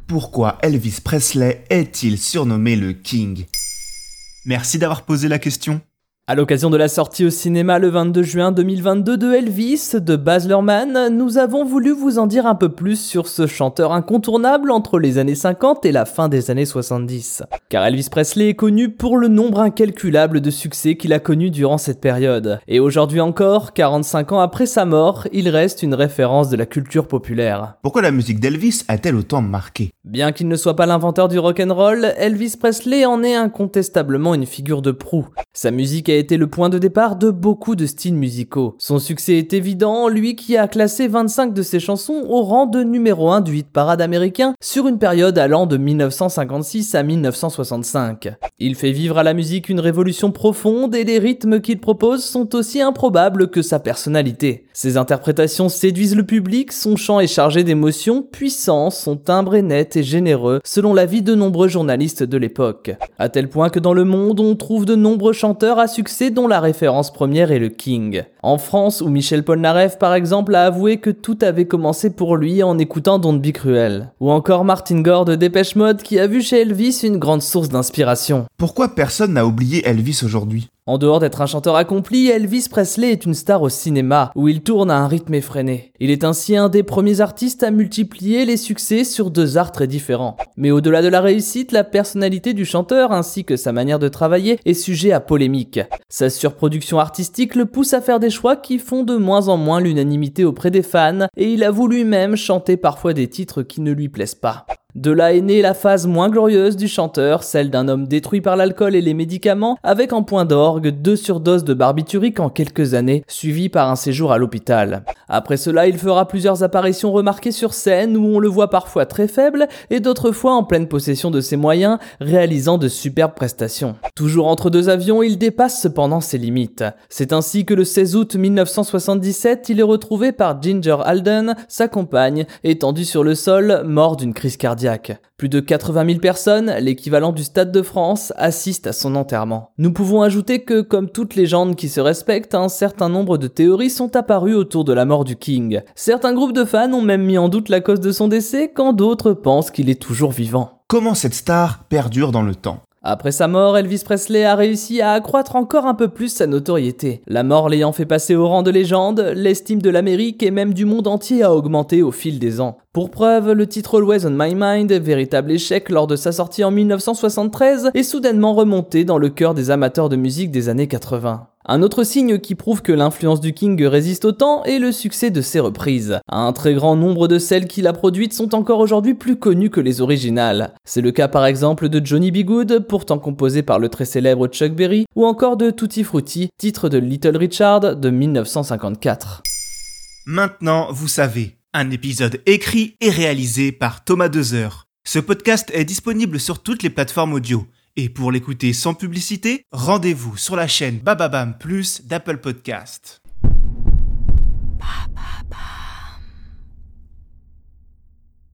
Pourquoi Elvis Presley est-il surnommé le King ? Merci d'avoir posé la question. À l'occasion de la sortie au cinéma le 22 juin 2022 de Elvis de Baz Luhrmann, nous avons voulu vous en dire un peu plus sur ce chanteur incontournable entre les années 50 et la fin des années 70. Car Elvis Presley est connu pour le nombre incalculable de succès qu'il a connus durant cette période. Et aujourd'hui encore, 45 ans après sa mort, il reste une référence de la culture populaire. Pourquoi la musique d'Elvis a-t-elle autant marqué ? Bien qu'il ne soit pas l'inventeur du rock'n'roll, Elvis Presley en est incontestablement une figure de proue. Sa musique a été le point de départ de beaucoup de styles musicaux. Son succès est évident, lui qui a classé 25 de ses chansons au rang de numéro 1 du hit-parade américain sur une période allant de 1956 à 1965. Il fait vivre à la musique une révolution profonde et les rythmes qu'il propose sont aussi improbables que sa personnalité. Ses interprétations séduisent le public, son chant est chargé d'émotions puissants, son timbre est net et généreux, selon l'avis de nombreux journalistes de l'époque. À tel point que dans le monde, on trouve de nombreux chanteurs à succès dont la référence première est le King. En France, où Michel Polnareff par exemple a avoué que tout avait commencé pour lui en écoutant Don't Be Cruel. Ou encore Martin Gore de Dépêche Mode qui a vu chez Elvis une grande source d'inspiration. Pourquoi personne n'a oublié Elvis aujourd'hui ? En dehors d'être un chanteur accompli, Elvis Presley est une star au cinéma, où il tourne à un rythme effréné. Il est ainsi un des premiers artistes à multiplier les succès sur deux arts très différents. Mais au-delà de la réussite, la personnalité du chanteur ainsi que sa manière de travailler est sujet à polémique. Sa surproduction artistique le pousse à faire des choix qui font de moins en moins l'unanimité auprès des fans, et il avoue lui-même chanter parfois des titres qui ne lui plaisent pas. De là est née la phase moins glorieuse du chanteur, celle d'un homme détruit par l'alcool et les médicaments, avec en point d'orgue 2 surdoses de barbiturique en quelques années, suivies par un séjour à l'hôpital. Après cela, il fera plusieurs apparitions remarquées sur scène où on le voit parfois très faible et d'autres fois en pleine possession de ses moyens, réalisant de superbes prestations. Toujours entre deux avions, il dépasse cependant ses limites. C'est ainsi que le 16 août 1977, il est retrouvé par Ginger Alden, sa compagne, étendu sur le sol, mort d'une crise cardiaque. Plus de 80 000 personnes, l'équivalent du Stade de France, assistent à son enterrement. Nous pouvons ajouter que, comme toute légende qui se respecte, un certain nombre de théories sont apparues autour de la mort du King. Certains groupes de fans ont même mis en doute la cause de son décès, quand d'autres pensent qu'il est toujours vivant. Comment cette star perdure dans le temps ? Après sa mort, Elvis Presley a réussi à accroître encore un peu plus sa notoriété. La mort l'ayant fait passer au rang de légende, l'estime de l'Amérique et même du monde entier a augmenté au fil des ans. Pour preuve, le titre Always on My Mind, véritable échec lors de sa sortie en 1973, est soudainement remonté dans le cœur des amateurs de musique des années 80. Un autre signe qui prouve que l'influence du King résiste au temps est le succès de ses reprises. Un très grand nombre de celles qu'il a produites sont encore aujourd'hui plus connues que les originales. C'est le cas par exemple de Johnny B. Good, pourtant composé par le très célèbre Chuck Berry, ou encore de Tutti Frutti, titre de Little Richard de 1954. Maintenant, vous savez, un épisode écrit et réalisé par Thomas Dezer. Ce podcast est disponible sur toutes les plateformes audio. Et pour l'écouter sans publicité, rendez-vous sur la chaîne Bababam Plus d'Apple Podcast.